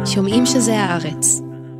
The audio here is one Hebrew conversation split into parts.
שומעים שזה הארץ.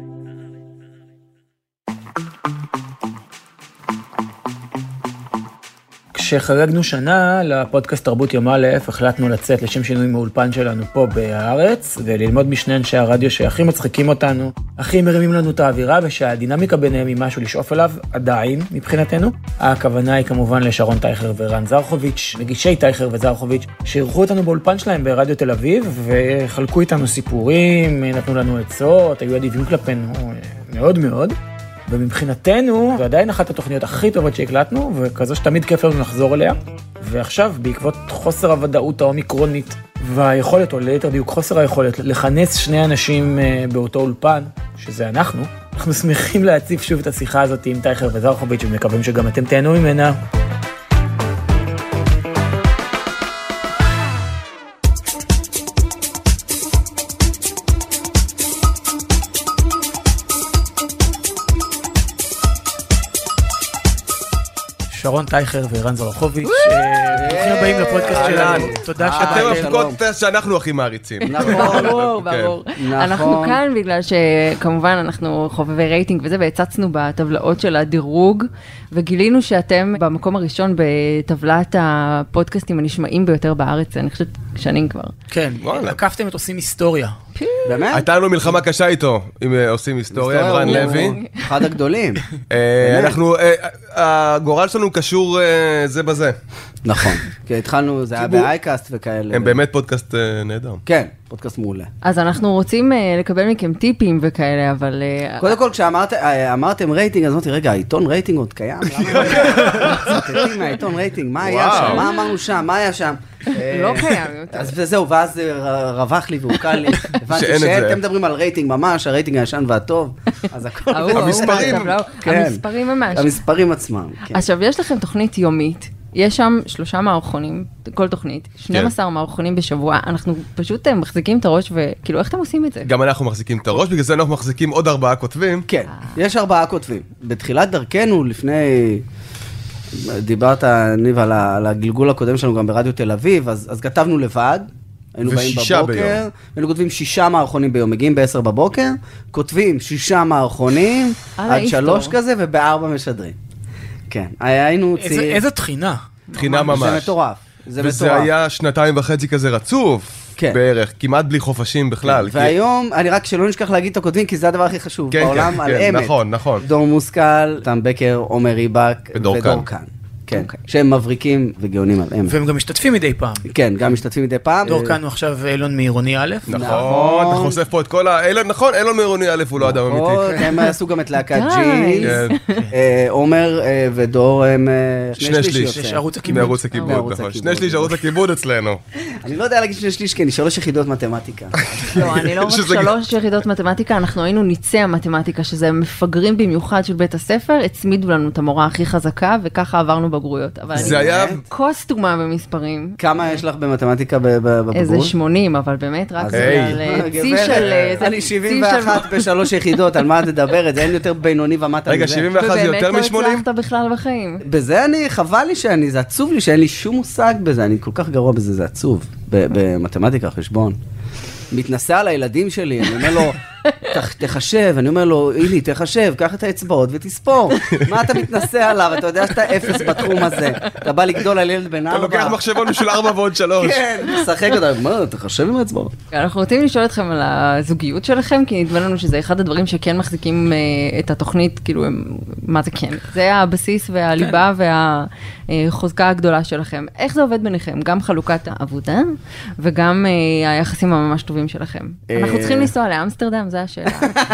כשחגגנו שנה לפודקאסט תרבות יום א', החלטנו לצאת לשם שינוי מאולפן שלנו פה בארץ, וללמוד משני אנשי הרדיו שהכי מצחיקים אותנו, הכי מרימים לנו את האווירה, ושהדינמיקה ביניהם היא משהו לשאוף אליו, עדיין מבחינתנו. הכוונה היא כמובן לשרון טייכר ורן זרחוביץ', מגישי טייכר וזרחוביץ', שאירחו אותנו באולפן שלהם ברדיו תל אביב, וחלקו איתנו סיפורים, נתנו לנו עצות, היו אדיבים כלפינו מאוד מאוד. ומבחינתנו, זה עדיין אחת התוכניות הכי טובות שהקלטנו, וכזו שתמיד כיף לנו לחזור אליה. ועכשיו, בעקבות חוסר הוודאות האומיקרונית, והיכולת, או ליתר דיוק חוסר היכולת, לכנס שני אנשים באותו אולפן, שזה אנחנו שמחים להציף שוב את השיחה הזאת עם טייכר וזרחוביץ', ומקווים שגם אתם תהנו ממנה. שרון טייכר ורן זרחוביץ', ברוכים הבאים לפודקאסט שלנו. תודה שאתם הפקות שאנחנו הכי מעריצים. ברור. אנחנו כאן בגלל שכמובן אנחנו חובבי רייטינג וזה, והצצנו בטבלאות של הדירוג, וגילינו שאתם במקום הראשון בטבלת הפודקאסטים הנשמעים ביותר בארץ, אני חושבת שנים כבר. כן, עקפתם את עושים היסטוריה. באמת? הייתה לנו מלחמה קשה איתו, אם עושים היסטוריה, רן לוי. אחד הגדולים. הגורל שלנו קשור זה בזה. נכון, כי התחלנו, זה היה באייקאסט וכאלה. הם באמת פודקאסט נהדר. כן, פודקאסט מעולה. אז אנחנו רוצים לקבל מכם טיפים וכאלה, אבל... קודם כל, כשאמרתם רייטינג, אז אמרתי, רגע, העיתון רייטינג עוד קיים? למה צטטים מהעיתון רייטינג? מה היה שם? מה אמרנו שם? מה היה שם? לא קיים. אז זהו, ואז רווח לי והוקל לי. הבנתי שאתם מדברים על רייטינג ממש, הרייטינג הישן והטוב, אז הכל... המספרים ממש. המספרים עצמם. עכשיו, יש לכם תוכנית יומית, יש שם 3 מערכונים, כל תוכנית, 12 מערכונים בשבוע, אנחנו פשוט מחזיקים את הראש, וכאילו, איך אתם עושים את זה? גם אנחנו מחזיקים את הראש, בגלל זה אנחנו מחזיקים עוד 4 כותבים. כן, יש 4 כותבים. בתחילת דרכנו, לפני... דיברת, ניב, על הגלגול הקודם שלנו גם ברדיו תל אביב, אז כתבנו לבד, היינו באים בבוקר, היינו כותבים 6 מערכונים ביום, מגיעים ב-10 בבוקר, כותבים 6 מערכונים, עד 3 כזה, וב-4 משדרים. כן, היינו... איזה תחינה. תחינה ממש. זה מטורף. וזה היה 2.5 כזה רצוף, בערך, כמעט בלי חופשים בכלל. והיום, אני רק שלא נשכח להגיד את הכותבים, כי זה הדבר הכי חשוב בעולם, על אמת. נכון. דור מושכל, תם בקר, עומר ריבק ודור כאן. כן, שהם מבריקים וגאונים על אמת. והם גם משתתפים מדי פעם. כן, גם משתתפים מדי פעם. דור כאן הוא עכשיו אילון מעירוני א'. נכון, אתה חושף פה את כל נכון, אילון מעירוני א' הוא לא אדם אמיתי. הם עשו גם את להקת ג'יז, עומר ודור הם 2/3. ערוץ הכיבוד. 2/3 ערוץ הכיבוד אצלנו. אני לא יודע להגיד 2/3, כי אני 3 יחידות מתמטיקה. לא, אני לא רק 3 יחידות מתמטיקה, אנחנו היינו ניצי המתמטיקה, שזה מפגרים במיוחד של בית הספר, הצמידו לנו את המורה הכי חזקה, וככה עברנו בגרויות. זה היה... קוסטומה במספרים. כמה יש לך במתמטיקה בבגרות? איזה 80, אבל באמת רק זה על צי של... אני 71 ב3 יחידות, על מה את מדברת? זה אין יותר בינוני ומטה מזה. רגע, 71 זה יותר מ-80? ובאמת לא הצלחת בכלל בחיים. בזה חבל לי זה עצוב לי שאין לי שום מושג בזה, אני כל כך גרוע בזה, זה עצוב. במתמטיקה, חשבון. מתנסה על הילדים שלי, אני אומר לו, תחשב, אני אומר לו, אילי, תחשב, קח את האצבעות ותספור. מה אתה מתנסה עליו? אתה יודע שאתה אפס בתחום הזה. אתה בא לגדול על ילד בן 4. אתה לוקח מחשבון של 4 ועוד 3. כן, משחק אותה. מה, תחשב עם האצבעות. אנחנו רוצים לשאול אתכם על הזוגיות שלכם, כי נדמה לנו שזה אחד הדברים שכן מחזיקים את התוכנית, כאילו, מה זה כן? זה הבסיס והליבה והחוזקה הגדולה שלכם. איך זה עובד ביניכם? גם חלוקת העבודה, וגם היחסים הממש טובים שלכם. אנחנו צריכים לנסוע לאמסטרדם, זה השאלה.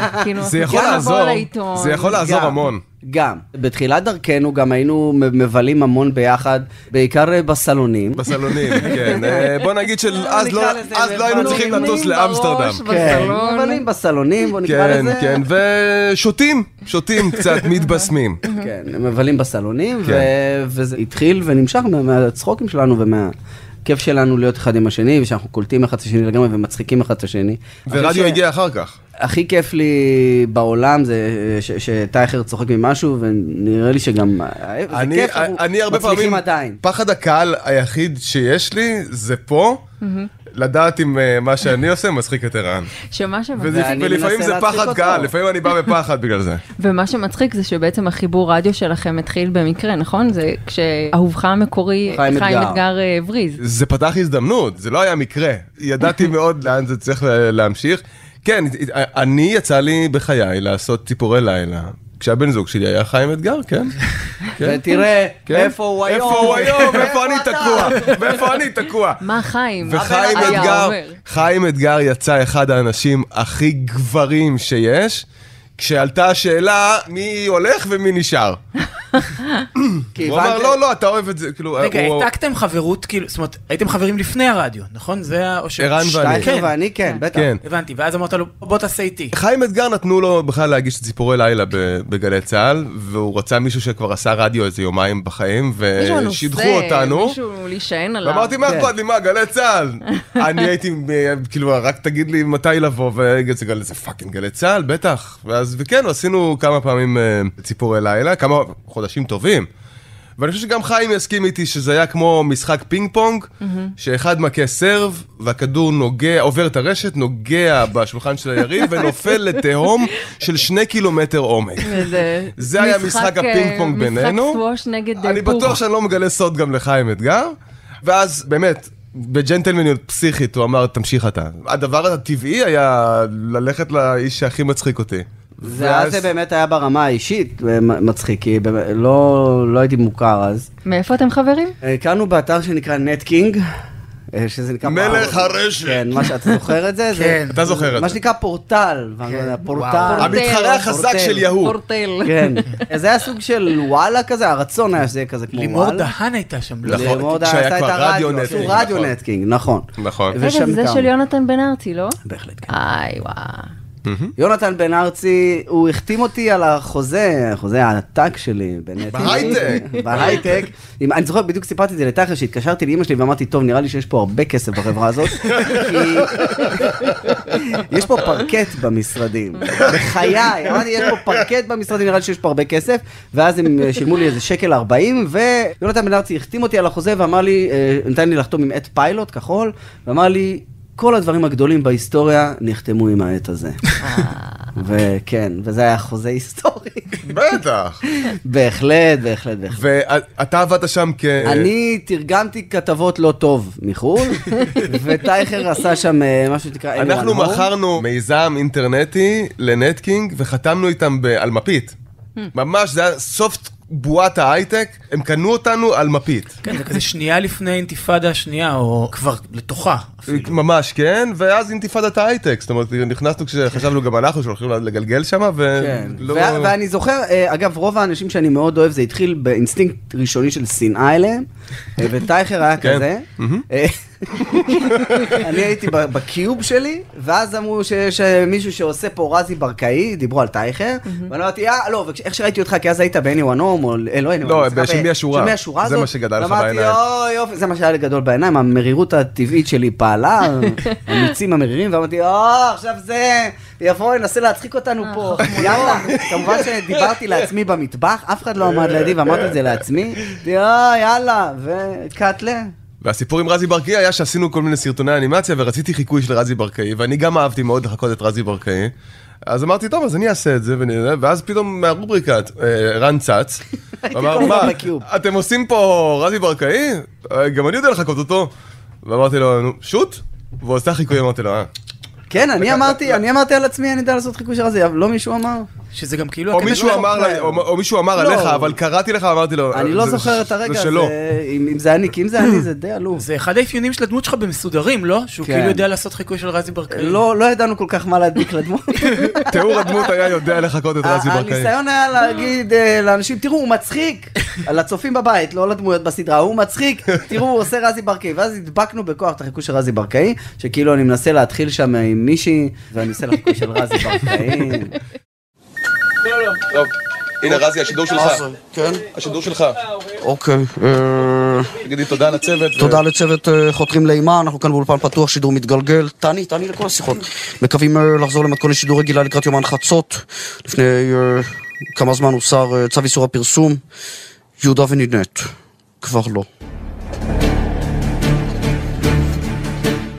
זה יכול לעזור המון. גם. בתחילת דרכנו גם היינו מבלים המון ביחד, בעיקר בסלונים. בסלונים, כן. בוא נגיד שאז לא היינו צריכים לטוס לאמסטרדם. כן, מבלים בסלונים, בוא נקרא לזה. כן, ושותים קצת, מתבשמים. כן, מבלים בסלונים, וזה התחיל ונמשך מהצחוקים שלנו כיף שלנו להיות אחד עם השני, ושאנחנו קולטים אחד את השני לגמרי ומצחיקים אחד את השני. ורדיו הגיע אחר כך. הכי כיף לי בעולם זה שטייכר צוחק ממשהו, ונראה לי שגם... אני הרבה פעמים... פחד הקהל היחיד שיש לי זה פה, לדעת אם מה שאני עושה מצחיק את ערן. ולפעמים זה פחד קהל, לפעמים אני בא בפחד בגלל זה. ומה שמצחיק זה שבעצם החיבור רדיו שלכם התחיל במקרה, נכון? זה כשאהובך המקורי חיים אתגר הבריז. זה פתח הזדמנות, זה לא היה מקרה. ידעתי מאוד לאן זה צריך להמשיך. כן, אני יצא לי בחיי לעשות ציפורי לילה. כשהבן זוג שלי היה חיים אתגר, כן. ותראה, איפה הוא היום? איפה הוא היום? איפה אני תקוע? מה חיים? חיים אתגר יצא אחד האנשים הכי גברים שיש, כשעלתה השאלה מי הולך ומי נשאר. הוא אמר, לא, אתה אוהב את זה. רגע, העתקתם חברות, זאת אומרת, הייתם חברים לפני הרדיו, נכון? ערן ואני. שטייכר ואני, כן, בטח. הבנתי, ואז אמרת לו, בוא תעשה איתי. חיים אתגר נתנו לו בכלל להגיש את ציפורי לילה בגלי צהל, והוא רצה מישהו שכבר עשה רדיו איזה יומיים בחיים, ושידחו אותנו. מישהו להישען עליו. ואמרתי, מה אכפת לי, מה, גלי צהל? אני הייתי, כאילו, רק תגיד לי מתי לבוא, וזה פאקינג גלי צהל, בטח. וכן, עשינו כמה פעמים ציפורי לילה, כמה חודשים טובים. ואני חושב שגם חיים יסכים איתי שזה היה כמו משחק פינג פונג, שאחד מכה סרב, והכדור עובר את הרשת, נוגע בשולחן של היריב, ונופל לתהום של 2 קילומטר עומק. זה היה משחק הפינג פונג בינינו. משחק סווש נגד פוך. אני בטוח שאני לא מגלה סוד גם לחיים אתגר. ואז באמת, בג'נטלמניות פסיכית, הוא אמר, תמשיך אתה. הדבר הטבעי היה ללכת לאיש שהכי מצחיק אותי. זה באמת היה ברמה האישית מצחיק, כי לא הייתי מוכר אז. מאיפה אתם חברים? הכרנו באתר שנקרא נטקינג, שזה נקרא... מלך הרשת. כן, מה שאתה זוכר את זה? כן, אתה זוכר את זה. מה שנקרא פורטל. המתחרה החזק של יהו. פורטל. כן. זה היה סוג של וואלה כזה, הרצון היה שזה כזה כמו וואלה. לימור דהן הייתה שם. לימור דהן הייתה את הרדיו, עשו רדיו נטקינג, נכון. נכון. רגע, זה של יונתן בן ארצי, לא? בהחלט, כן. וואו. יונתן בן ארצי, הוא החתים אותי על החוזה העתק שלי. בהייטק. אני זוכר, בדיוק סיפרתי את זה לתחר, שהתקשרתי לאמא שלי ואמרתי, טוב, נראה לי שיש פה הרבה כסף בחברה הזאת, כי יש פה פרקט במשרדים. בחיי, אמרתי, יש פה פרקט במשרדים, נראה לי שיש פה הרבה כסף, ואז הם שילמו לי איזה 1.40 ויונתן בן ארצי החתים אותי על החוזה ואמר לי, נתן לי לחתום עם עט פיילוט כחול, ואמר לי, כל הדברים הגדולים בהיסטוריה נחתמו עם העט הזה. וכן, וזה היה חוזה היסטורי. בטח. בהחלט. ואתה עבדת שם אני תרגמתי כתבות לא טוב מחול, וטייכר עשה שם משהו שתקרא... אנחנו מכרנו מיזם אינטרנטי לנטקינג, וחתמנו איתם על מפית. ממש, זה היה סופט בועת ההייטק, הם קנו אותנו על מפית. כן, זה כזה שנייה לפני אינתיפאדה השנייה, או כבר לתוכה. ממש, כן, ואז אינתיפאדת ההייטק, זאת אומרת, נכנסנו כשחשבנו גם אנחנו שהולכים לגלגל שם, ואני זוכר, אגב, רוב האנשים שאני מאוד אוהב, זה התחיל באינסטינקט ראשוני של שנאה אליהם, וטייכר היה כזה. אני הייתי בקיוב שלי, ואז אמרו שיש מישהו שעושה פה רזי ברקאי, דיברו על טייכר, ואני אמרתי, לא, איך שראיתי אותך, כי אז היית בעיני וואנום, או לא, בשלמי השורה, זה מה שגדל לך בעיניים. אמרתי, יופי, זה מה שהיה לי גדול בעיניים, המרירות הטבעית שלי פעלה, המיצים המרירים, ואמרתי, עכשיו זה, יבוא, ננסה להצחיק אותנו פה, יאללה, כמובן שדיברתי לעצמי במטבח, אף אחד לא עמד לידי, ואמרתי את זה לעצמי, יאללה, וקטלה. והסיפור עם רזי ברקאי היה שעשינו כל מיני סרטוני אנימציה, ורציתי חיקוי של רזי ברקאי, ואני גם אהבתי מאוד לחכות את רזי ברקאי, אז אמרתי, טוב, אז אני אעשה את זה, ואז פתאום מהרובריקת, רן צץ, אמר, מה, אתם עושים פה רזי ברקאי? גם אני יודע לחכות אותו. ואמרתי לו, נו, שוט? והוא עושה חיקוי, אמרתי לו, כן, אני אמרתי על עצמי, אני יודע לעשות חיקוי של רזי, אבל לא מישהו אמר. שזה גם כאילו... או מישהו אמר עליך, אבל קראתי לך, אמרתי לו... אני לא זוכר את הרגע, אם זה אני, כי אם זה אני, זה די עלוב. זה אחד האפיונים של הדמות שלך במסודרים, לא? שהוא כאילו יודע לעשות חיקוי של רזי ברקאי. לא ידענו כל כך מה להדביק לדמות. תיאור הדמות היה יודע לחכות את רזי ברקאי. הניסיון היה להגיד לאנשים, תראו, הוא מצחיק, לצופים בבית, לא לדמויות בסדרה, הוא מצחיק, תראו, הוא עושה רזי ברקאי. ואז הדבקנו בכוח את החיקוי של רזי ברקאי, שכאילו אני מנסה להתחיל שם עם מישהי, ואני עושה לחיקוי של רזי ברקאי. טוב, הנה רזי, השידור שלך. כן? השידור שלך. אוקיי. תגידי תודה לצוות. תודה לצוות חותרים לאימה, אנחנו כאן באולפן פתוח, שידור מתגלגל. תעני לכל השיחות. מקווים לחזור למתכונת שידור רגילה לקראת יומן חצות. לפני כמה זמן הוסר צו איסור הפרסום. יהודה ונינט. כבר לא.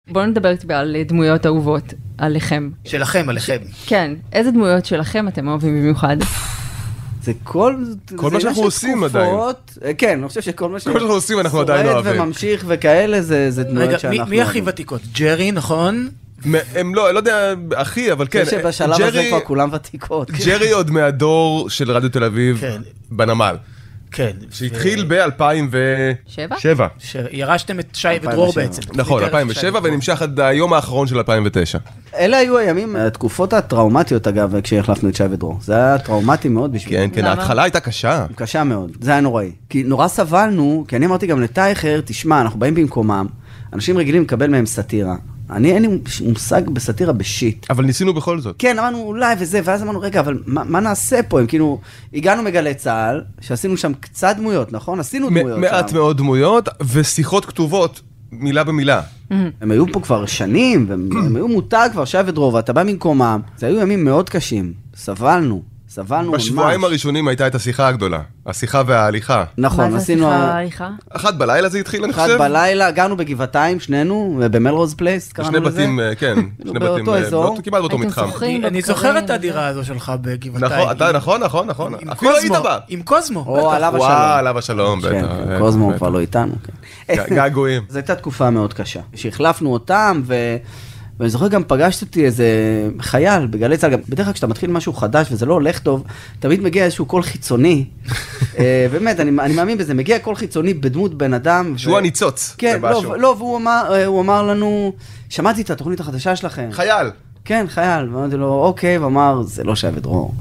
בואו נדבר איתי על דמויות אהובות, עליכם. שלכם, עליכם. כן, איזה דמויות שלכם אתם אוהבים במיוחד? זה כל מה שאנחנו עושים עדיין. כן, אני חושב שכל מה שאנחנו עושים אנחנו עדיין שורד וממשיך וכאלה, זה דמויות שאנחנו... רגע, מי הכי ותיקות? ג'רי, נכון? הם לא יודע, אחי, אבל כן. שבשלב הזה כבר כולם ותיקות. ג'רי עוד מהדור של רדיו תל אביב בנמל. כן. שהתחיל ב-2007. ירשתם את שי ודרור בעצם. נכון, 2007, ונמשך עד היום האחרון של 2009. אלה היו הימים, התקופות הטראומטיות אגב, כשהחלפנו את שי ודרור. זה היה טראומטי מאוד בשביל. כן, ההתחלה הייתה קשה. קשה מאוד, זה היה נוראי. כי נורא סבלנו, כי אני אמרתי גם לטייכר, תשמע, אנחנו באים במקומם, אנשים רגילים לקבל מהם סאטירה. אין לי מושג בסאטירה בשיט. אבל ניסינו בכל זאת. כן, אמרנו אולי וזה, ואז אמרנו, רגע, אבל מה נעשה פה? הם כאילו, הגענו מגלי צהל, שעשינו שם קצת דמויות, נכון? עשינו דמויות שם. מעט מאוד דמויות, ושיחות כתובות, מילה במילה. הם היו פה כבר שנים, והם היו מותג כבר שי ודרור, ואתה בא ממקומם. זה היו ימים מאוד קשים. סבלנו ממש. בשבועיים הראשונים הייתה את השיחה הגדולה. השיחה וההליכה. נכון, עשינו... מה זה השיחה וההליכה? 1 בלילה זה התחיל, אני חושב. 1 בלילה, גרנו בגבעתיים, שנינו, במלרוז פלייס, קראנו לזה. שני בתים, כן. באותו אזור. כמעט באותו מתחם. אני זוכר את הדירה הזו שלך בגבעתיים. נכון. הכל היית בה. עם קוזמו. או, עליו השלום. עליו השלום, בטח. קוזמו כבר לא איתנו. געגועים. זו הייתה תקופה מאוד קשה. שהחלפנו אותם, ואני זוכר גם פגשת אותי איזה חייל בגלי צהל, בדרך כלל כשאתה מתחיל משהו חדש וזה לא הולך טוב, תמיד מגיע איזשהו קול חיצוני. באמת, אני מאמין בזה, מגיע קול חיצוני בדמות בן אדם. שהוא הניצוץ. כן, לא, והוא אמר לנו, שמעתי את התוכנית החדשה שלכם. חייל. כן, חייל. ואמרתי לו, אוקיי, ואמר, זה לא שי ודרור.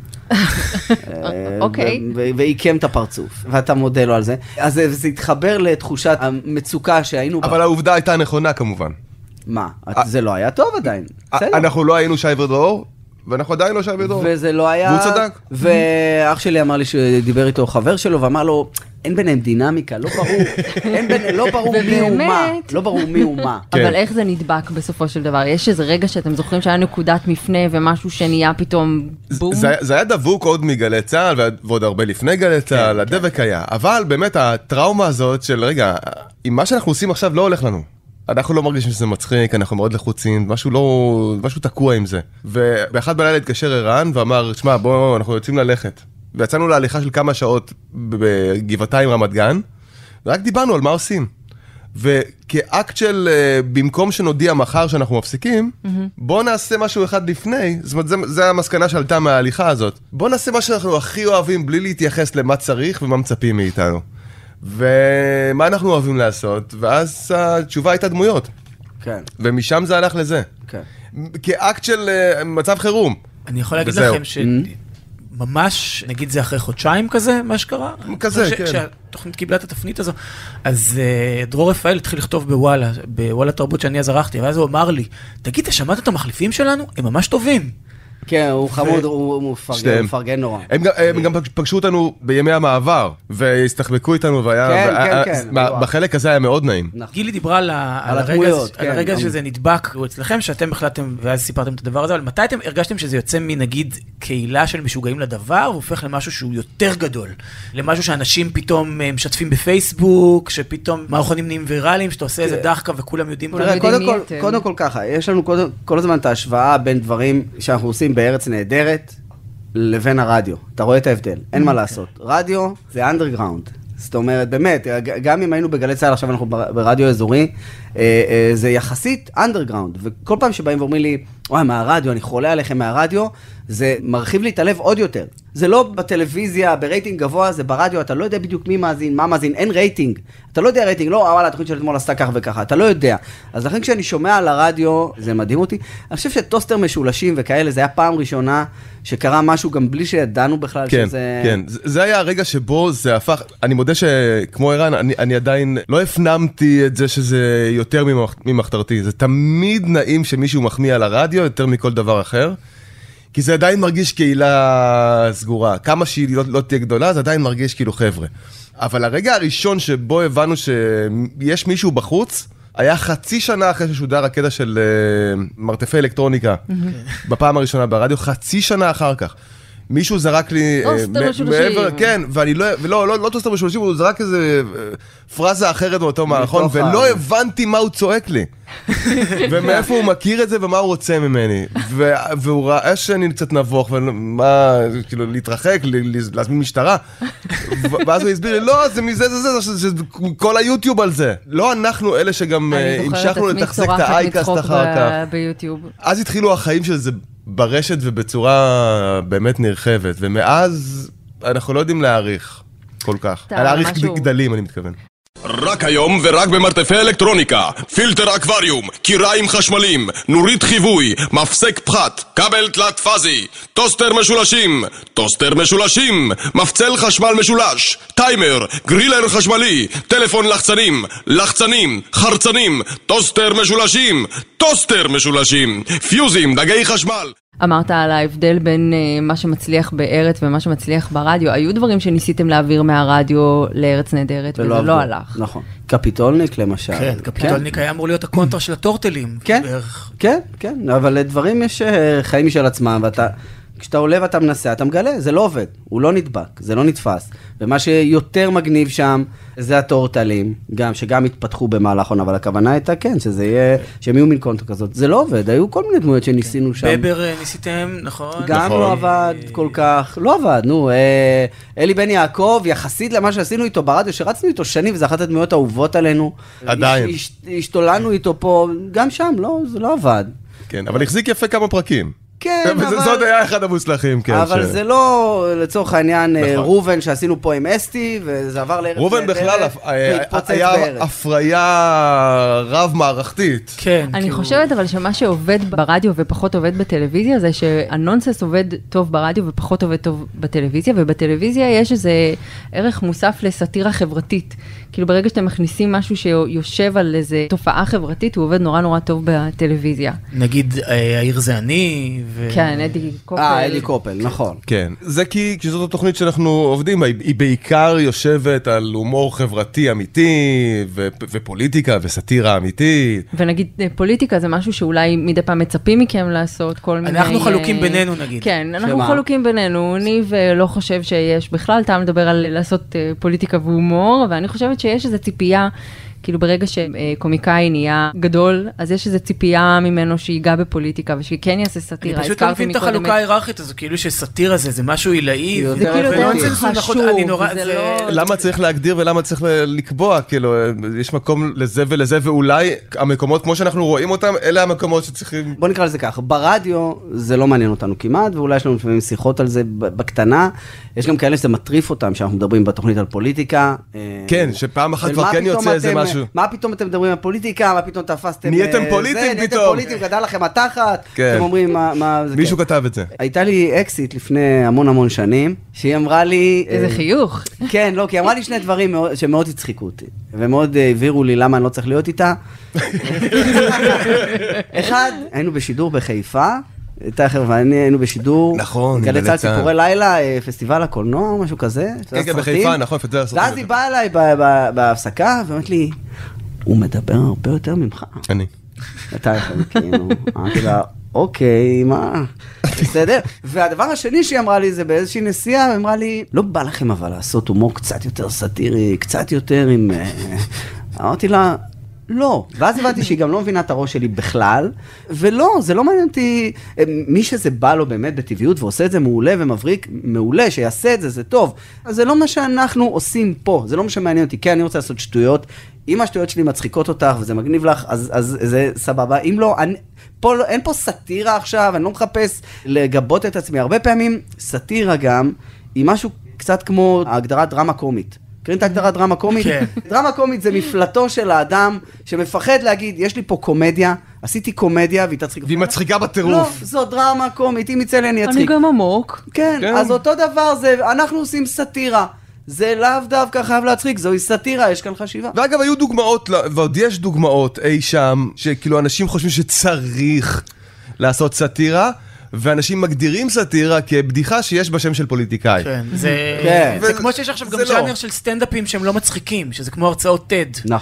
אוקיי. ועיקם את הפרצוף, ואתה מודה לו על זה. אז זה התחבר לתחושת המצוקה שהיינו בה. אבל העובדה הייתה נכונה כמובן. מה? זה לא היה טוב עדיין. אנחנו לא היינו שי ודרור, ואנחנו עדיין לא שי ודרור. וזה לא היה... והוא צדק. ואח שלי אמר לי שדיבר איתו חבר שלו, ואמר לו, אין ביניהם דינמיקה, לא ברור מי הוא מה. לא ברור מי הוא מה. אבל איך זה נדבק בסופו של דבר? יש איזה רגע שאתם זוכרים שהיה נקודת מפנה ומשהו שנהיה פתאום בום? זה היה דבוק עוד מגלי צהל, ועוד הרבה לפני גלי צהל, הדבק היה. אבל באמת הטראומה הזאת של רגע, אם מה שאנחנו עושים עכשיו לא הולך לנו. אנחנו לא מרגישים שזה מצחיק, אנחנו מאוד לחוצים, משהו תקוע עם זה. ובאחד בלילה התקשר ערן ואמר, שמע, בוא, אנחנו יוצאים ללכת. ויצאנו להליכה של כמה שעות בגבעתיים רמת גן, ורק דיברנו על מה עושים. וכאקט של, במקום שנודיע מחר שאנחנו מפסיקים, בוא נעשה משהו אחד לפני, זאת אומרת, זה המסקנה שעלתה מההליכה הזאת. בוא נעשה מה שאנחנו הכי אוהבים, בלי להתייחס למה צריך ומה מצפים מאיתנו. ומה אנחנו אוהבים לעשות, ואז התשובה הייתה דמויות. כן. ומשם זה הלך לזה. כן. כאקט של מצב חירום. אני יכול להגיד לכם שממש, נגיד זה אחרי חודשיים כזה, מה שקרה? כזה, כן. כשהתוכנית קיבלה את התפנית הזו, אז דרור רפאל התחיל לכתוב בוואלה תרבות שאני אז ערכתי, ואז הוא אמר לי, תגיד, אתה שמעת את המחליפים שלנו? הם ממש טובים. כן, הוא חמוד, הוא מפרגן נורא. הם גם פגשו אותנו בימי המעבר, והסתחבקו איתנו, בחלק הזה היה מאוד נעים. גילי דיברה על הרגע שזה נדבק אצלכם, שאתם החלטתם, ואז סיפרתם את הדבר הזה, אבל מתי אתם הרגשתם שזה יוצא מנגיד קהילה של משוגעים לדבר, והופך למשהו שהוא יותר גדול? למשהו שאנשים פתאום משתפים בפייסבוק, שפתאום מערכונים נהיים ויראליים, שאתה עושה איזה דחקה וכולם יודעים. קודם כל ככה, יש לנו כל הזמן את ההשוואה בין דברים שאנחנו עושים בארץ נהדרת לבין הרדיו. אתה רואה את ההבדל, אין מה לעשות. רדיו זה אנדרגראונד. זאת אומרת, באמת, גם אם היינו בגלי צהל, עכשיו אנחנו ברדיו אזורי, זה יחסית אנדרגראונד. וכל פעם שבאים ואומרים לי, וואי, מהרדיו, אני חולה עליכם מהרדיו, זה מרחיב לי את הלב עוד יותר. זה לא בטלוויזיה, ברייטינג גבוה, זה ברדיו, אתה לא יודע בדיוק מי מאזין, מה מאזין, אין רייטינג. אתה לא יודע רייטינג, לא, וואלה, התוכנית של אתמול עשתה כך וככה, אתה לא יודע. אז לכן כשאני שומע על הרדיו, זה מדהים אותי. אני חושב שטוסטר משולשים וכאלה, זה היה פעם ראשונה שקרה משהו גם בלי שידענו בכלל כן, שזה... כן, זה היה הרגע שבו זה הפך, אני מודה שכמו ערן, אני עדיין לא הפנמתי את זה שזה יותר ממחתרתי. זה תמיד נעים שמישהו מחמיא על הרדיו יותר מכל דבר אחר. כי זה עדיין מרגיש קהילה סגורה. כמה שהיא לא תהיה גדולה, זה עדיין מרגיש כאילו חבר'ה. אבל הרגע הראשון שבו הבנו שיש מישהו בחוץ, היה חצי שנה אחרי ששודר הקטע של מרתפי אלקטרוניקה, בפעם הראשונה ברדיו, חצי שנה אחר כך. מישהו זרק לי... טוסטר משולשים. כן, ואני לא טוסטר משולשים, הוא זרק איזה פרזה אחרת באותו מערכון, ולא הבנתי מה הוא צועק לי. ומאיפה הוא מכיר את זה ומה הוא רוצה ממני. והוא ראה שאני קצת נבוך, ומה, כאילו, להתרחק, להזמין משטרה. ואז הוא הסביר לי, לא, זה מזה, זה כל היוטיוב על זה. לא אנחנו אלה שגם המשכנו לתחזק את האייקאסט אחר כך. אז התחילו החיים של זה ברשת ובצורה באמת נרחבת, ומאז אנחנו לא יודעים להעריך כל כך. להעריך גדלים, אני מתכוון. רק היום ורק במרתפי אלקטרוניקה, פילטר אקווריום, קיריים חשמליים, נורית חיווי, מפסק פחת, כבל תלת פאזי, טוסטר משולשים, מפצל חשמל משולש, טיימר, גרילר חשמלי, טלפון לחצנים, חרצנים, טוסטר משולשים, פיוזים, דגי חשמל. אמרת על ההבדל בין מה שמצליח בארץ ומה שמצליח ברדיו. היו דברים שניסיתם להעביר מהרדיו לארץ נהדרת, וזה לא הלך. נכון. קפיטולניק למשל. כן, קפיטולניק היה אמור להיות הקונטרה של הטורטלים. כן, אבל לדברים יש חיים משל עצמם, כשאתה עולה ואתה מנסה, אתה מגלה, זה לא עובד, הוא לא נדבק, זה לא נתפס. ומה שיותר מגניב שם, זה הטורטלים, שגם התפתחו במהלך עונה, אבל הכוונה הייתה כן, שזה יהיה, שהם יהיו מין קונטרה כזאת. זה לא עובד, היו כל מיני דמויות שניסינו שם. בבר ניסיתם, נכון? גם לא עבד כל כך, לא עבד, אלי בן יעקב, יחסית למה שעשינו איתו ברדיו, שרצנו איתו שנים, וזה אחת הדמויות האהובות עלינו. עדיין. השתולנו איתו פה, גם שם, זה לא עבד. כן, אבל החזיק יפה כמה פרקים. כן, אבל... זאת היה אחד המוצלחים, כן. אבל זה לא, לצורך העניין, רובן שעשינו פה עם אסתי, וזה עבר לארץ... רובן בכלל היה הפריה רב-מערכתית. כן. אני חושבת אבל שמה שעובד ברדיו ופחות עובד בטלוויזיה, זה שהנונסנס עובד טוב ברדיו ופחות עובד טוב בטלוויזיה, ובטלוויזיה יש איזה ערך מוסף לסאטירה חברתית. כאילו ברגע שאתם מכניסים משהו שיושב על איזה תופעה חברתית, הוא עובד נורא נורא טוב בטלוויזיה. נגיד, העיר זה אני, כן, אדי קופל. אדי קופל, נכון. כן. זה כי כשזאת התוכנית שאנחנו עובדים, היא בעיקר יושבת על הומור חברתי אמיתי, ופוליטיקה וסאטירה אמיתית. ונגיד, פוליטיקה זה משהו שאולי מדי פעם מצפים מכם לעשות כל מיני... אנחנו חלוקים בינינו, נגיד. כן, אנחנו חלוקים בינינו. אני ולא חושב שיש בכלל טעם לדבר על לעשות פוליטיקה והומור, ואני חושבת שיש איזו ציפייה, כאילו ברגע שקומיקאי נהיה גדול, אז יש איזו ציפייה ממנו שיגע בפוליטיקה, ושכן יעשה סאטירה. אני פשוט לא מבין את החלוקה ההיררכית הזו, כאילו שסאטירה זה משהו עילאי. זה כאילו יותר חשוב. למה צריך להגדיר ולמה צריך לקבוע? כאילו, יש מקום לזה ולזה, ואולי המקומות כמו שאנחנו רואים אותם, אלה המקומות שצריכים... בוא נקרא לזה כך, ברדיו זה לא מעניין אותנו כמעט, ואולי יש לנו לפעמים שיחות על זה בקטנה. יש גם כאלה שזה מטריף אותם, שאנחנו מדברים בתוכנית על פוליטיקה. כן, שפעם אחת כבר כן יוצא איזה משהו. מה פתאום אתם מדברים על פוליטיקה? מה פתאום תפסתם... נהייתם פוליטיים פתאום. נהייתם פוליטיים, גדל לכם התחת. אתם אומרים מה... מישהו כתב את זה. הייתה לי אקסיט לפני המון שנים, שהיא אמרה לי... איזה חיוך. כן, לא, כי היא אמרה לי שני דברים שמאוד הצחיקו אותי, ומאוד הבהירו לי למה אני לא צריך להיות איתה. אחד, היינו בשידור בחיפה, תכף, ואני היינו בשידור, נכון, גלי צה"ל ציפורי לילה, פסטיבל הקולנוע, משהו כזה. כן, בחיפה, נכון, פסטיבל הסרטים. ואז היא באה אליי בהפסקה, ואומרת לי, הוא מדבר הרבה יותר ממך. אני. אתה יכול, כאילו, אמרתי לה, אוקיי, מה? בסדר? והדבר השני שהיא אמרה לי, זה באיזושהי נסיעה, היא אמרה לי, לא בא לכם אבל לעשות הומור קצת יותר סאטירי, קצת יותר עם... אמרתי לה, לא. ואז הבנתי שהיא גם לא מבינה את הראש שלי בכלל, ולא, זה לא מעניין אותי, מי שזה בא לו באמת בטבעיות, ועושה את זה מעולה ומבריק, מעולה, שיעשה את זה, זה טוב. אז זה לא מה שאנחנו עושים פה, זה לא מה שמעניין אותי, כן, אני רוצה לעשות שטויות, אם השטויות שלי מצחיקות אותך, וזה מגניב לך, אז זה סבבה, אם לא, אין פה סאטירה עכשיו, אני לא מחפש לגבות את עצמי, הרבה פעמים סאטירה גם, היא משהו קצת כמו ההגדרת דרמה קומית. קוראים את ההגדרת דרמה קומית? כן. דרמה קומית זה מפלטו של האדם שמפחד להגיד, יש לי פה קומדיה, עשיתי קומדיה והיא תצחיק. והיא מצחיקה בטירוף. לא, זו דרמה קומית, אם יצא לי אני אצחיק. אני גם עמוק. כן, אז אותו דבר זה, אנחנו עושים סאטירה. זה לאו דווקא חייב להצחיק, זוהי סאטירה, יש כאן חשיבה. ואגב, היו דוגמאות, ועוד יש דוגמאות אי שם, שכאילו אנשים חושבים שצריך לעשות סאטירה, ואנשים מגדירים סאטירה כבדיחה שיש בשם של פוליטיקאי. כן, זה כמו שיש עכשיו גם ז'אנר של סטנדאפים שהם לא מצחיקים, שזה כמו הרצאות TED. נכון.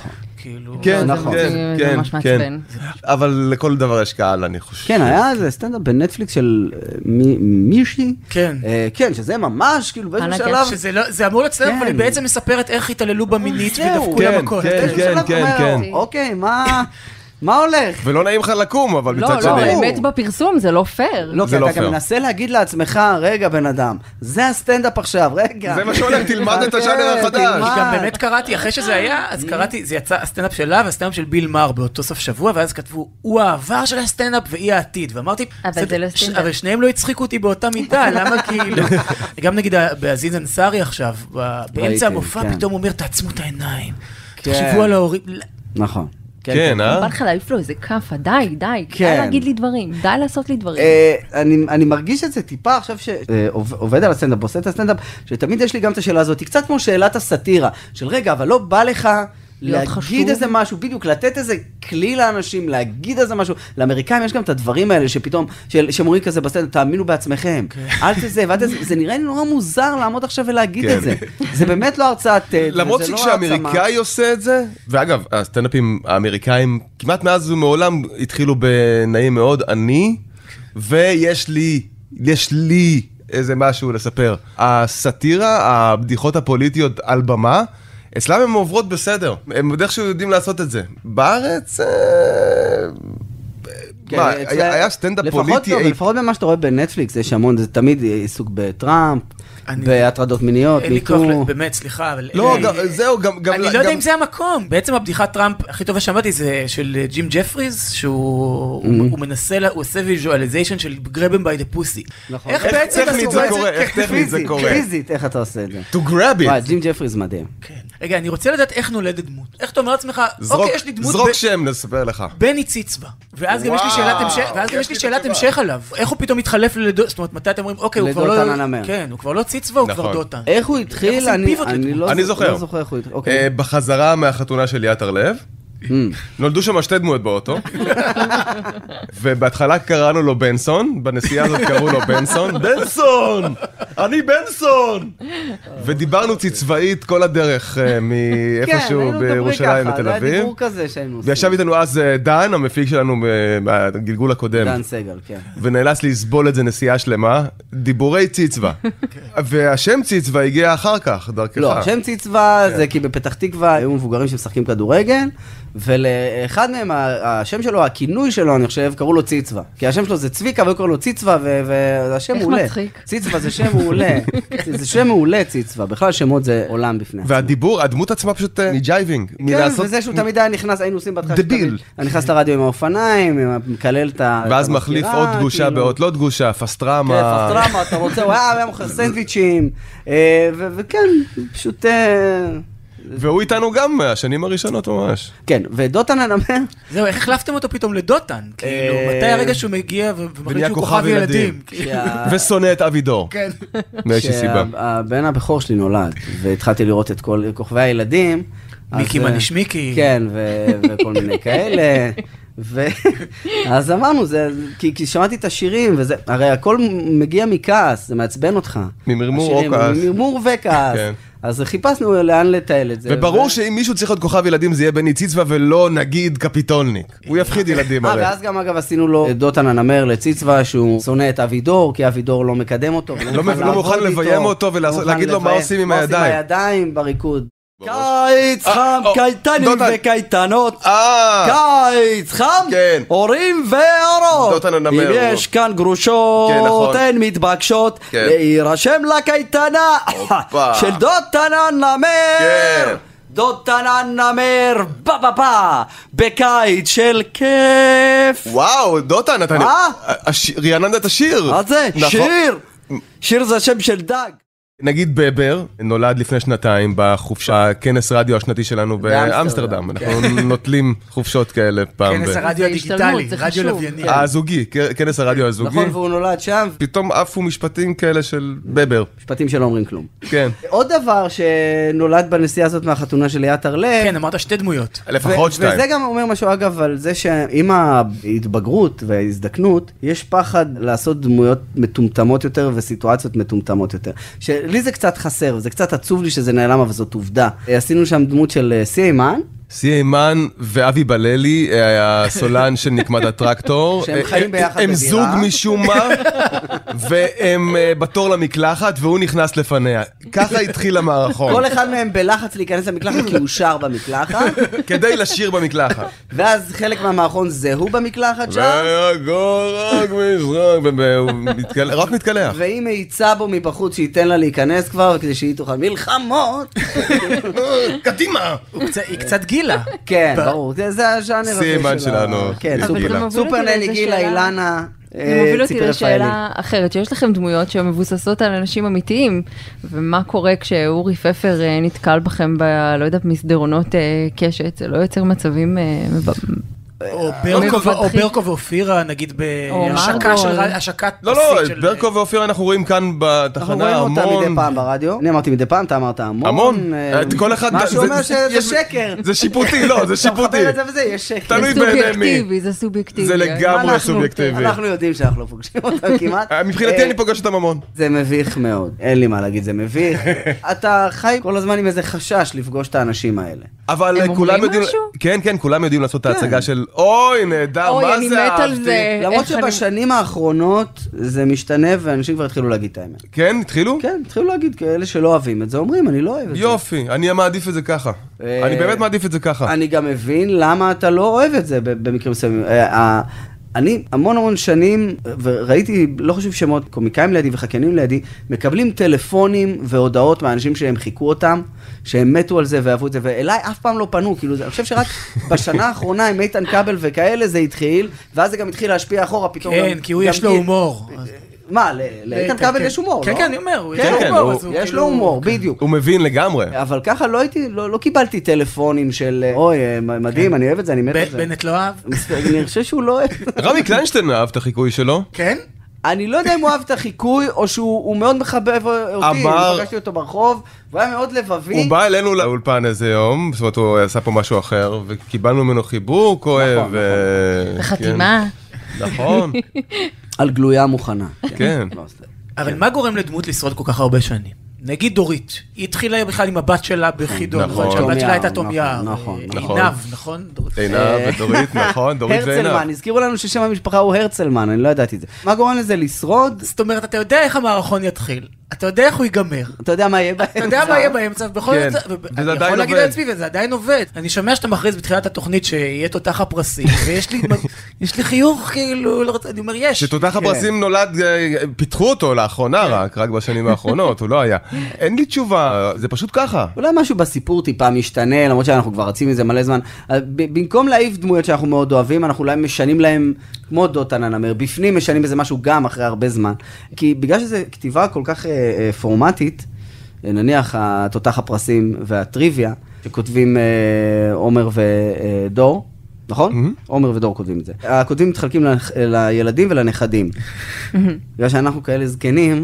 כאילו. כן, נכון. זה ממש מעצבן. אבל לכל דבר יש קהל, אני חושב. כן, היה איזה סטנדאפ בנטפליקס של מישהי. כן. כן, שזה ממש, כאילו, באיזשהו שלב. זה אמור לצלם, אבל היא בעצם מספרת איך התעללו במינית ודפקו כן, למכות. כן. אוקיי, מה הולך? ולא נעים לך לקום, אבל מצד לא, שני. האמת בפרסום זה לא פייר. לא, כי אתה גם מנסה להגיד לעצמך, רגע בן אדם, זה הסטנדאפ עכשיו, רגע. זה מה שהולך, תלמד את הז'אנר החדש. גם באמת קראתי, אחרי שזה היה, אז קראתי, זה יצא הסטנדאפ שלה והסטנדאפ של ביל מאר באותו סוף שבוע, ואז כתבו, הוא העבר של הסטנדאפ והיא העתיד, ואמרתי, אבל שניהם לא הצחיקו אותי באותה מידה, למה כאילו? גם נגיד בעזיז אנסארי עכשיו, באמצע המופע פתאום אומר, תעצמו את העיניים, תחשבו על ההורים. נכון. כן, בא לך להעיף לו איזה כפה, די להגיד לי דברים, די לעשות לי דברים. אני מרגיש את זה טיפה עכשיו שעובד על הסטנדאפ, עושה את הסטנדאפ, שתמיד יש לי גם את השאלה הזאת, היא קצת כמו שאלת הסאטירה, של רגע, אבל לא בא לך להגיד איזה משהו, בדיוק, לתת איזה כלי לאנשים, להגיד איזה משהו. לאמריקאים יש גם את הדברים האלה שפתאום, שמורים כזה בסטנדאפ, תאמינו בעצמכם, אל תזה, זה נראה לי נורא מוזר לעמוד עכשיו ולהגיד את זה. זה באמת לא הרצאת TED, למרות שכשהאמריקאי עושה את זה, ואגב, הסטנדאפים האמריקאים, כמעט מאז ומעולם התחילו בנעים מאוד, ויש לי איזה משהו לספר. הסאטירה, הבדיחות הפוליטיות על במה, אצלם הם עוברות בסדר, הם בדרך שהוא יודעים לעשות את זה. בארץ, היה סטנדאפ פוליטי. לפחות במה שאתה רואה בנטפליקס, יש המון, זה תמיד עיסוק בטראמפ, בהטרדות מיניות, אין לי כוח, באמת, סליחה, אבל... לא, זהו, גם... אני לא יודע אם זה המקום. בעצם הבדיחת טראמפ הכי טובה שמעתי זה של ג'ים ג'פריז, שהוא מנסה, הוא עושה ויז'ואליזיישן של grab him by the pussy. נכון. איך בעצם טכנית זה קורה? איך טכנית זה קורה? פיזית, איך אתה עושה את זה? To grab it. ג'ים ג'פריז מדהים. רגע, אני רוצה לדעת איך נולדת דמות. איך אתה אומר לעצמך, אוקיי, יש לי דמות... זרוק שם, נספר לך. בני ציצווה. ואז גם יש לי שאלת המשך עליו. איך הוא פתאום מתחלף לדוטן? זאת אומרת, מתי אתם אומרים, אוקיי, הוא כבר לא... כן, הוא כבר לא ציצווה, הוא כבר דוטן. איך הוא התחיל? אני זוכר. בחזרה מהחתונה של ליאת הרלב, נולדו שם שתי דמויות באוטו, ובהתחלה קראנו לו בנסון, בנסיעה הזאת קראו לו בנסון, בנסון! אני בנסון! ודיברנו צבאית כל הדרך מאיפשהו בירושלים לתל אביב. וישב איתנו אז דן, המפיק שלנו מהגלגול הקודם. דן סגל, כן. ונאלץ לסבול את זה נסיעה שלמה, דיבורי ציצווה. והשם ציצווה הגיע אחר כך, דרכך. לא, השם ציצווה זה כי בפתח תקווה היו מבוגרים שמשחקים כדורגל, ולאחד מהם, השם שלו, הכינוי שלו, אני חושב, קראו לו ציצווה. כי השם שלו זה צביקה, והוא קראו לו ציצווה, והשם מעולה. איך מצחיק. ציצווה זה שם מעולה. זה שם מעולה, ציצווה. בכלל שמות זה עולם בפני עצמו. והדיבור, הדמות עצמה פשוט מג'ייבינג. כן, וזה שהוא תמיד היה נכנס, היינו עושים בהתחלה דביל. אני נכנס לרדיו עם האופניים, מקלל את המזכירה. ואז מחליף עוד דגושה בעוד לא דגושה, פסטרמה. כן, פסטרמה, אתה רוצה, היה מוכר סנדוויצ'ים. וכן, פשוט... והוא איתנו גם מהשנים הראשונות ממש. כן, ודוטן הנמר... זהו, איך החלפתם אותו פתאום לדוטן? כאילו, מתי הרגע שהוא מגיע ומחליט שהוא כוכב ילדים? ושונא את אבידור. כן. מאיזושהי סיבה. הבן הבכור שלי נולד, והתחלתי לראות את כל כוכבי הילדים. מיקי מניש מיקי. כן, וכל מיני כאלה. אז אמרנו, כי שמעתי את השירים, הרי הכל מגיע מכעס, זה מעצבן אותך. ממרמור או כעס. ממרמור וכעס. אז חיפשנו לאן לטייל את זה. וברור שאם מישהו צריך להיות כוכב ילדים, זה יהיה בני ציצווה ולא נגיד קפיטולניק. הוא יפחיד ילדים הרי. ואז גם אגב עשינו לו דוטן הנמר לציצווה, שהוא שונא את אבידור, כי אבידור לא מקדם אותו. לא מוכן לביים אותו ולהגיד לו מה עושים עם הידיים. מה עושים עם הידיים בריקוד. קיץ חם, קייטנים וקייטנות, קיץ חם, הורים והורות, אם יש כאן גרושות, הן מתבקשות, להירשם לקייטנה של דוטן הנמר, דוטן הנמר, בקיץ של כיף. וואו, דוטן, אתה רעננת את השיר. מה זה? שיר זה שם של דג. נגיד בבר, נולד לפני שנתיים בחופשה, כנס רדיו השנתי שלנו באמסטרדם. אנחנו נוטלים חופשות כאלה פעם. כנס הרדיו הדיגיטלי, רדיו לווייני. הזוגי, כנס הרדיו הזוגי. נכון, והוא נולד שם. פתאום עפו משפטים כאלה של בבר. משפטים שלא אומרים כלום. כן. עוד דבר שנולד בנסיעה הזאת מהחתונה של ליאת הרלב. כן, אמרת שתי דמויות. לפחות שתיים. וזה גם אומר משהו אגב על זה שעם ההתבגרות וההזדקנות, יש פחד לעשות דמויות מטומטמות יותר וסיטואציות מטומטמות יותר. לי זה קצת חסר, זה קצת עצוב לי שזה נעלם, אבל זאת עובדה. עשינו שם דמות של סיימן, סיימן ואבי בללי, הסולן של נקמת הטרקטור. שהם חיים ביחד בדירה. הם זוג משום מה, והם בתור למקלחת, והוא נכנס לפניה. ככה התחיל המערכון. כל אחד מהם בלחץ להיכנס למקלחת, כי הוא שר במקלחת. כדי לשיר במקלחת. ואז חלק מהמערכון זה הוא במקלחת שם. רק משחק, רק מתקלח. והיא מאיצה בו מבחוץ שייתן לה להיכנס כבר, כדי שהיא תוכל מלחמות. קדימה. היא קצת גילה. כן, ברור, זה הז'אנר הזה סיימן שלנו. כן, גילה. סופר נני גילה, אילנה, זה מוביל אותי לשאלה אחרת, שיש לכם דמויות שמבוססות על אנשים אמיתיים, ומה קורה כשאורי פפר נתקל בכם לא יודעת, מסדרונות קשת, זה לא יוצר מצבים או ברקו ואופירה, נגיד בהשקת... לא, ברקו ואופירה אנחנו רואים כאן בתחנה המון... אנחנו רואים אותה מדי פעם ברדיו. אני אמרתי מדי פעם, אתה אמרת המון. המון. כל אחד... מה שאומר שזה שקר. זה שיפוטי, לא, זה שיפוטי. אתה מחבר את זה וזה, יש שקר. תלוי בעיני מי. זה סובייקטיבי. זה לגמרי סובייקטיבי. אנחנו יודעים שאנחנו לא פוגשים אותם כמעט. מבחינתי אני פוגש אותם המון. זה מביך מאוד. אין לי מה להגיד, זה מביך. אתה חי כל הזמן עם איזה חשש לפגוש את האנשים האלה. אבל כולם יודעים... כן, כן, כולם יודעים לעשות את ההצגה של אוי, נהדר, מה זה אהבתי? למרות שבשנים האחרונות זה משתנה, ואנשים כבר התחילו להגיד את האמת. כן, התחילו? כן, התחילו להגיד, כאלה שלא אוהבים את זה, אומרים, אני לא אוהב את זה. יופי, אני מעדיף את זה ככה. אני באמת מעדיף את זה ככה. אני גם מבין למה אתה לא אוהב את זה במקרים מסוימים. אני המון שנים, וראיתי, לא חושב שמות, קומיקאים לידי וחקיינים לידי, מקבלים טלפונים והודעות מהאנשים שהם חיכו אותם, שהם מתו על זה ואהבו את זה, ואליי אף פעם לא פנו, כאילו, אני חושב שרק בשנה האחרונה עם איתן כבל וכאלה זה התחיל, ואז זה גם התחיל להשפיע אחורה פתאום. כן, כי הוא יש לו הומור. מה, לאיתן כבל יש הומור, לא? כן, אני אומר, יש לו הומור, בדיד. הוא מבין לגמרי. אבל ככה לא קיבלתי טלפונים של, אוי, מדהים, אני אוהב את זה, אני מת את זה. בנט לא אהב? אני חושב שהוא לא אוהב. רמי קליינשטיין אהב את החיקוי שלו. כן? אני לא יודע אם הוא אהב את החיקוי, או שהוא מאוד מחבב אותי, פגשתי אותו ברחוב, והוא היה מאוד לבבי. הוא בא אלינו לאולפן איזה יום, זאת אומרת, הוא עשה פה משהו אחר, וקיבלנו ממנו חיבוק, אוהב. חתימה. נכון. על גלויה מוכנה. כן. אבל מה גורם לדמות לשרוד כל כך הרבה שנים? נגיד דורית, היא התחילה בכלל עם הבת שלה בחידון, נכון, שהבת שלה הייתה תום יער. עינב, נכון? עינב ודורית, נכון, דורית ועינב. הרצלמן, הזכירו לנו ששם המשפחה הוא הרצלמן, אני לא ידעתי את זה. מה גורם לזה לשרוד? זאת אומרת, אתה יודע איך המערכון יתחיל, אתה יודע איך הוא ייגמר. אתה יודע מה יהיה באמצע. אתה יודע מה יהיה באמצע, בכל זאת, אני יכול להגיד על עצמי, וזה עדיין עובד. אני שומע שאתה מכריז בתחילת התוכנית שיהיה תותח הפרסים, ויש לי חיוך, כאילו, אני אומר, יש. שתותח הפרסים נולד, פיתחו אותו לאחרונה רק בשנים האחרונות, הוא לא היה. אין לי תשובה, זה פשוט ככה. אולי משהו בסיפור טיפה משתנה, למרות שאנחנו כבר רצים מזה מלא זמן. במקום להעיף דמויות שאנחנו מאוד אוהבים, אנחנו אולי משנים להם, כמו דותן הנמר, בפנים משנים בזה משהו גם אחרי הרבה זמן. כי בגלל שזו כתיבה כל כך פורמטית, נניח התותח הפרסים והטריוויה, שכותבים עומר ודור, נכון? עומר ודור כותבים את זה. הכותבים מתחלקים לילדים ולנכדים. בגלל שאנחנו כאלה זקנים,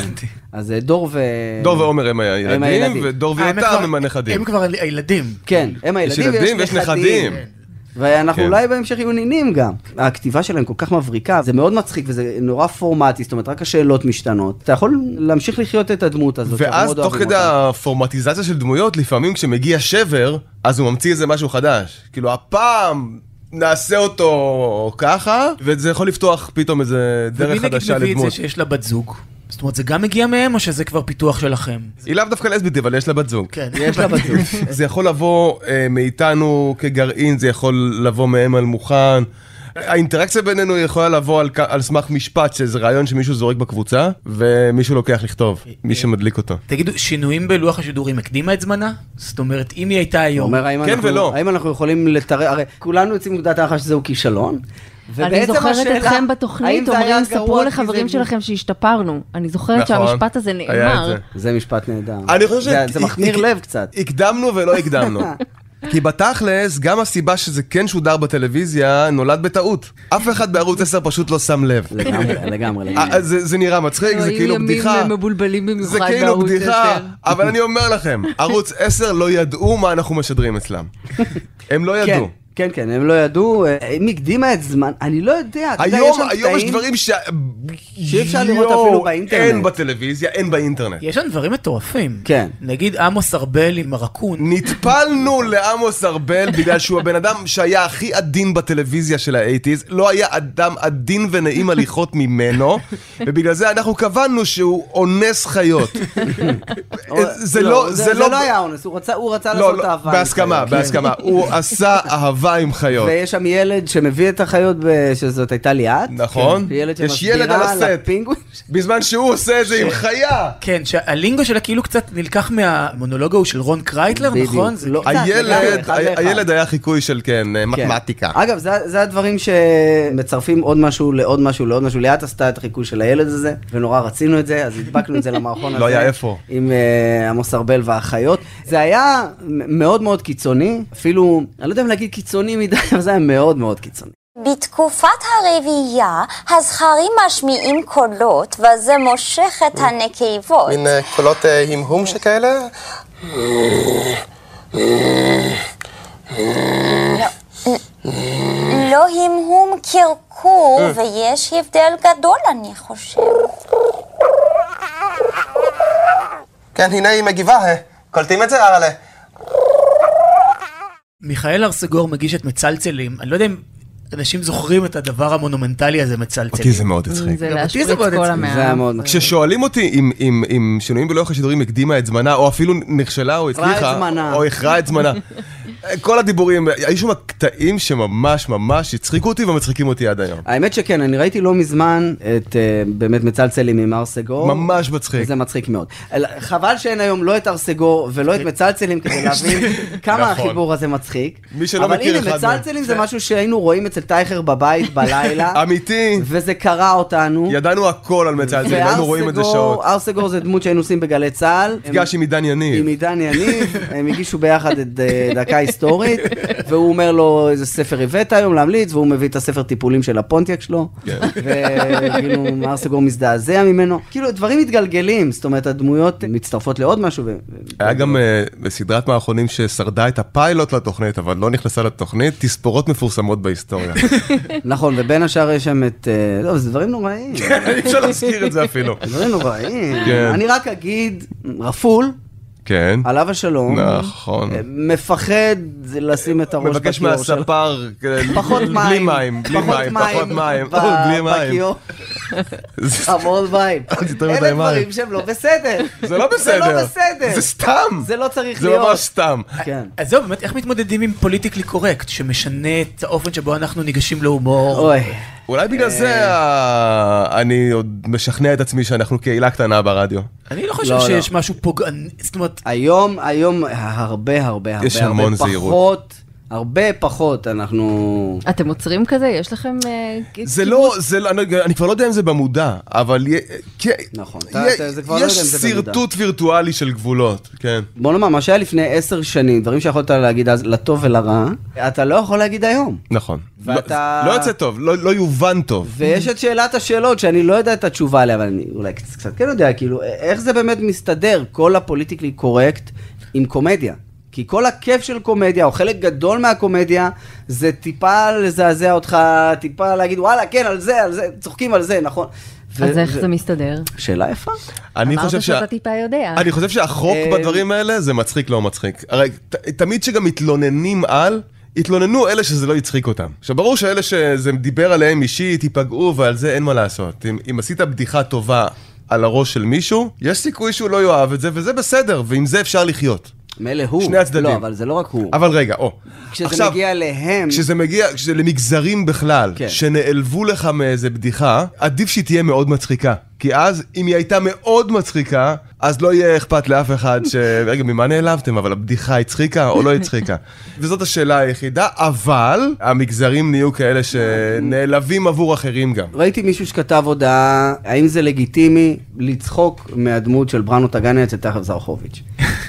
אז דור ועומר הם הילדים, ודור ויתם הם הנכדים. הם כבר הילדים. כן, הם הילדים ויש נכדים. ואנחנו אולי בהמשך יהיו נינים גם. הכתיבה שלהם כל כך מבריקה, זה מאוד מצחיק וזה נורא פורמטי, זאת אומרת, רק השאלות משתנות. אתה יכול להמשיך לחיות את הדמות הזאת. ואז תוך כדי הפורמטיזציה של דמויות, לפעמים כשמגיע שבר, אז הוא ממציא איזה משהו חדש. כאילו, הפעם נעשה אותו ככה, וזה יכול לפתוח פתאום איזה דרך חדשה לדמות. ומי נגיד מביא את זה שיש לה בת זוג? זאת אומרת, זה גם מגיע מהם, או שזה כבר פיתוח שלכם? היא לאו דווקא לסבית, אבל יש לה בת זוג. כן, יש לה בת זוג. זה יכול לבוא מאיתנו כגרעין, זה יכול לבוא מהם על מוכן. האינטראקציה בינינו יכולה לבוא על סמך משפט, שזה רעיון שמישהו זורק בקבוצה, ומישהו לוקח לכתוב, מי שמדליק אותו. תגידו, שינויים בלוח השידורים הקדימה את זמנה? זאת אומרת, אם היא הייתה היום... כן ולא. האם אנחנו יכולים לתראה, הרי כולנו יוצאים מנקודת ההנחה שזהו כישלון. אני זוכרת אתכם בתוכנית, אומרים, ספרו לחברים שלכם שהשתפרנו. אני זוכרת שהמשפט הזה נאמר. זה משפט נהדר. אני חושב זה מחמיר לב קצת. הקדמנו ולא הקדמנו. כי בתכלס, גם הסיבה שזה כן שודר בטלוויזיה, נולד בטעות. אף אחד בערוץ 10 פשוט לא שם לב. לגמרי. זה נראה מצחיק, זה כאילו בדיחה. היו ימים מבולבלים במיוחד זה כאילו בערוץ 10. בדיחה, אבל אני אומר לכם, ערוץ 10 לא ידעו מה אנחנו משדרים אצלם. הם לא ידעו. כן, כן, הם לא ידעו, הם הקדימה את זמן, אני לא יודע. היום יש דברים שאי אפשר לראות אפילו באינטרנט. אין בטלוויזיה, אין באינטרנט. יש שם דברים מטורפים. כן. נגיד עמוס ארבל עם הרקון. נטפלנו לעמוס ארבל בגלל שהוא הבן אדם שהיה הכי עדין בטלוויזיה של ה-80s, לא היה אדם עדין ונעים הליכות ממנו, ובגלל זה אנחנו קבענו שהוא אונס חיות. זה לא היה אונס, הוא רצה לעשות אהבה. בהסכמה. הוא עשה אהבה עם חיות. ויש שם ילד שמביא את החיות, שזאת הייתה ליאת. נכון. יש ילד על הסט. בזמן שהוא עושה את זה עם חיה. כן, שהלינגו שלה כאילו קצת נלקח מהמונולוג ההוא של רון קרייטלר, נכון? הילד היה חיקוי של, כן, מתמטיקה. אגב, זה הדברים שמצרפים עוד משהו לעוד משהו לעוד משהו. ליאת עשתה את החיקוי של הילד הזה, ונורא רצינו את זה, אז הדבקנו את זה למערכון הזה. לא היה איפה. עם עמוס ארבל והחיות. זה היה מאוד מאוד קיצוני, אפילו, אני לא יודע אם להגיד קיצוני מדי, אבל זה היה מאוד מאוד קיצוני. בתקופת הרביעייה, הזכרים משמיעים קולות, וזה מושך את הנקבות. מין קולות המהום שכאלה? לא המהום קרקור, ויש הבדל גדול, אני חושב. כן, הנה היא מגיבה, קולטים את זה, ארלה? מיכאל ארסגור מגיש את מצלצלים, אני לא יודע אם אנשים זוכרים את הדבר המונומנטלי הזה מצלצלים. אותי זה מאוד הצחיק. זה להשפריץ כל המאה. כששואלים אותי אם שינויים בלוח השידורים הקדימה את זמנה, או אפילו נכשלה או הצליחה, או הכרעה את זמנה. כל הדיבורים, היו שם קטעים שממש ממש הצחיקו אותי ומצחיקים אותי עד היום. האמת שכן, אני ראיתי לא מזמן את באמת מצלצלים עם ארסגור. ממש מצחיק. וזה מצחיק מאוד. חבל שאין היום לא את ארסגור ולא את מצלצלים כדי להבין כמה החיבור הזה מצחיק. מי שלא מכיר אחד. אבל הנה, מצלצלים זה משהו שהיינו רואים אצל טייכר בבית בלילה. אמיתי. וזה קרה אותנו. ידענו הכל על מצלצלים, היינו רואים את זה שעות. ארסגור זה דמות שהיינו עושים בגלי צהל. נפגש עם עידן יניב. עם עידן יניב. הם הגישו ביחד את דקה היסטורית, והוא אומר לו איזה ספר הבאת היום להמליץ, והוא מביא את הספר טיפולים של הפונטיאק שלו, וכאילו ארסגור מזדעזע ממנו. כאילו דברים מתגלגלים, זאת אומרת הדמויות מצטרפות לעוד משהו. היה גם בסדרת מערכונים ששרדה את הפיילוט לתוכנית, אבל לא נכנסה לתוכנית, תספורות מפורסמות בהיסטוריה. נכון, ובין השאר יש שם את... לא, זה דברים נוראים. אי אפשר להזכיר את זה אפילו. דברים נוראים. אני רק אגיד, רפול, כן. עליו השלום. נכון. מפחד לשים את הראש מבקש מהספר, פחות מים. בלי מים, פחות מים. בלי מים. המון מים. אלה דברים שהם לא בסדר. זה לא בסדר. זה סתם. זה לא צריך להיות. זה ממש סתם. אז זהו, באמת, איך מתמודדים עם פוליטיקלי קורקט, שמשנה את האופן שבו אנחנו ניגשים להומור? אולי בגלל זה אני עוד משכנע את עצמי שאנחנו קהילה קטנה ברדיו. אני לא חושב שיש משהו פוגעני, זאת אומרת... היום הרבה פחות, הרבה פחות אנחנו... אתם עוצרים כזה? יש לכם... זה לא, אני כבר לא יודע אם זה במודע, אבל נכון, יש סרטוט וירטואלי של גבולות, כן. בוא נאמר, מה שהיה לפני 10 שנים, דברים שיכולת להגיד אז לטוב ולרע, אתה לא יכול להגיד היום. נכון. לא יוצא טוב, לא יובן טוב. ויש את שאלת השאלות שאני לא יודע את התשובה עליה, אבל אני אולי קצת כן יודע, כאילו, איך זה באמת מסתדר, כל הפוליטיקלי קורקט עם קומדיה? כי כל הכיף של קומדיה, או חלק גדול מהקומדיה, זה טיפה לזעזע אותך, טיפה להגיד, וואלה, כן, על זה, צוחקים על זה, נכון. אז איך זה מסתדר? שאלה יפה. אמרת שאתה טיפה יודע. אני חושב שהחוק בדברים האלה זה מצחיק לא מצחיק. הרי תמיד שגם מתלוננים התלוננו אלה שזה לא יצחיק אותם. עכשיו ברור שאלה שזה דיבר עליהם אישית, ייפגעו, ועל זה אין מה לעשות. אם עשית בדיחה טובה על הראש של מישהו, יש סיכוי שהוא לא יאהב את זה, וזה בסדר, ועם זה אפשר לחיות. מלא הוא. שני הצדדים. לא, אבל זה לא רק הוא. אבל רגע, כשזה מגיע להם... כשזה למגזרים בכלל, שנעלבו לך מאיזה בדיחה, עדיף שהיא תהיה מאוד מצחיקה. כי אז, אם היא הייתה מאוד מצחיקה, אז לא יהיה אכפת לאף אחד רגע, ממה נעלבתם? אבל הבדיחה הצחיקה או לא הצחיקה? וזאת השאלה היחידה, אבל המגזרים נהיו כאלה שנעלבים עבור אחרים גם. ראיתי מישהו שכתב הודעה, האם זה לגיטימי לצחוק מהדמות של בראנו טגניה אצל תחת זרחוביץ'?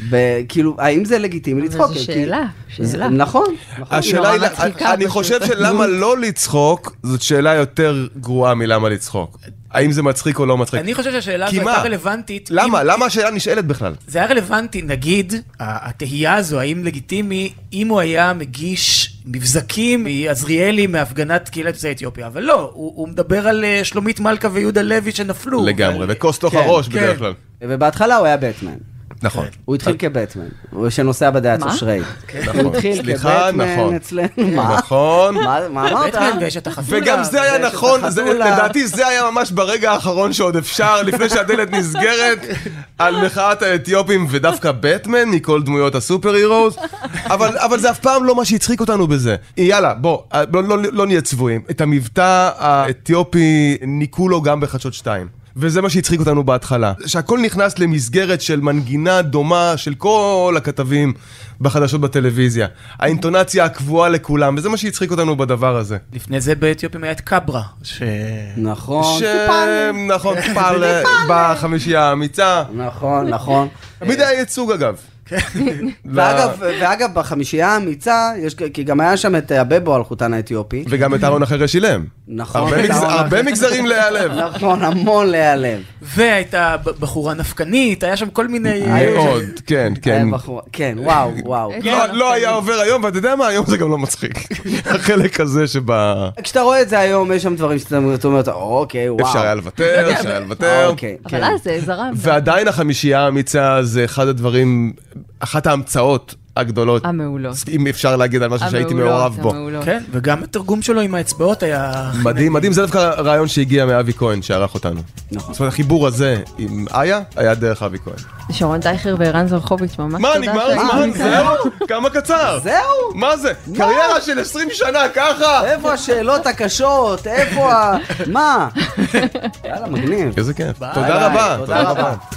כאילו, האם זה לגיטימי לצחוק? זו שאלה. נכון. השאלה היא, אני חושב שלמה לא לצחוק, זאת שאלה יותר גרועה מלמה לצחוק. האם זה מצחיק או לא מצחיק? אני חושב שהשאלה הזו הייתה רלוונטית. למה? למה השאלה נשאלת בכלל? זה היה רלוונטי, נגיד, התהייה הזו, האם לגיטימי, אם הוא היה מגיש מבזקים מעזריאלי מהפגנת קהילת יוצאי אתיופיה, אבל לא, הוא מדבר על שלומית מלכה ויהודה לוי שנפלו. לגמרי, וכוס תוך הראש בדרך כלל. ובהתחלה הוא היה בטמן. נכון. הוא התחיל כבטמן, הוא שנוסע בדעת שושרי. הוא התחיל כבטמן אצלנו. נכון. מה אמרת? בטמן ויש את החתולה. וגם זה היה נכון, לדעתי זה היה ממש ברגע האחרון שעוד אפשר, לפני שהדלת נסגרת, על מחאת האתיופים, ודווקא בטמן מכל דמויות הסופר הירוס, אבל זה אף פעם לא מה שהצחיק אותנו בזה. יאללה, בוא, לא נהיה צבועים. את המבטא האתיופי ניקו לו גם בחדשות 2. וזה מה שהצחיק אותנו בהתחלה. שהכל נכנס למסגרת של מנגינה דומה של כל הכתבים בחדשות בטלוויזיה. האינטונציה הקבועה לכולם, וזה מה שהצחיק אותנו בדבר הזה. לפני זה באתיופים היה את קברה. נכון. נכון, טופל בחמישייה האמיצה. נכון. תמיד היה ייצוג אגב. ואגב, בחמישייה האמיצה, כי גם היה שם את הבבו על חותן האתיופי. וגם את אהרון אחרי שילם. נכון. הרבה מגזרים להיעלב. נכון, המון להיעלב. והייתה בחורה נפקנית, היה שם כל מיני... מאוד, כן. כן, וואו. לא היה עובר היום, ואתה יודע מה? היום זה גם לא מצחיק. החלק הזה שבה... כשאתה רואה את זה היום, יש שם דברים שאתה אומר, אוקיי, וואו. אפשר היה לוותר. אבל אז זה זרם. ועדיין החמישייה האמיצה זה אחד הדברים, אחת ההמצאות הגדולות. המעולות. אם אפשר להגיד על משהו שהייתי מעורב בו. כן, וגם התרגום שלו עם האצבעות היה... מדהים, זה דווקא רעיון שהגיע מאבי כהן, שערך אותנו. זאת אומרת, החיבור הזה עם איה, היה דרך אבי כהן. שרון טייכר וערן זרחוביץ' ממש תודה. מה, נגמר הזמן? זהו? כמה קצר? זהו? מה זה? קריירה של 20 שנה, ככה? איפה השאלות הקשות? איפה מה? יאללה, מגניב. איזה כיף. תודה רבה.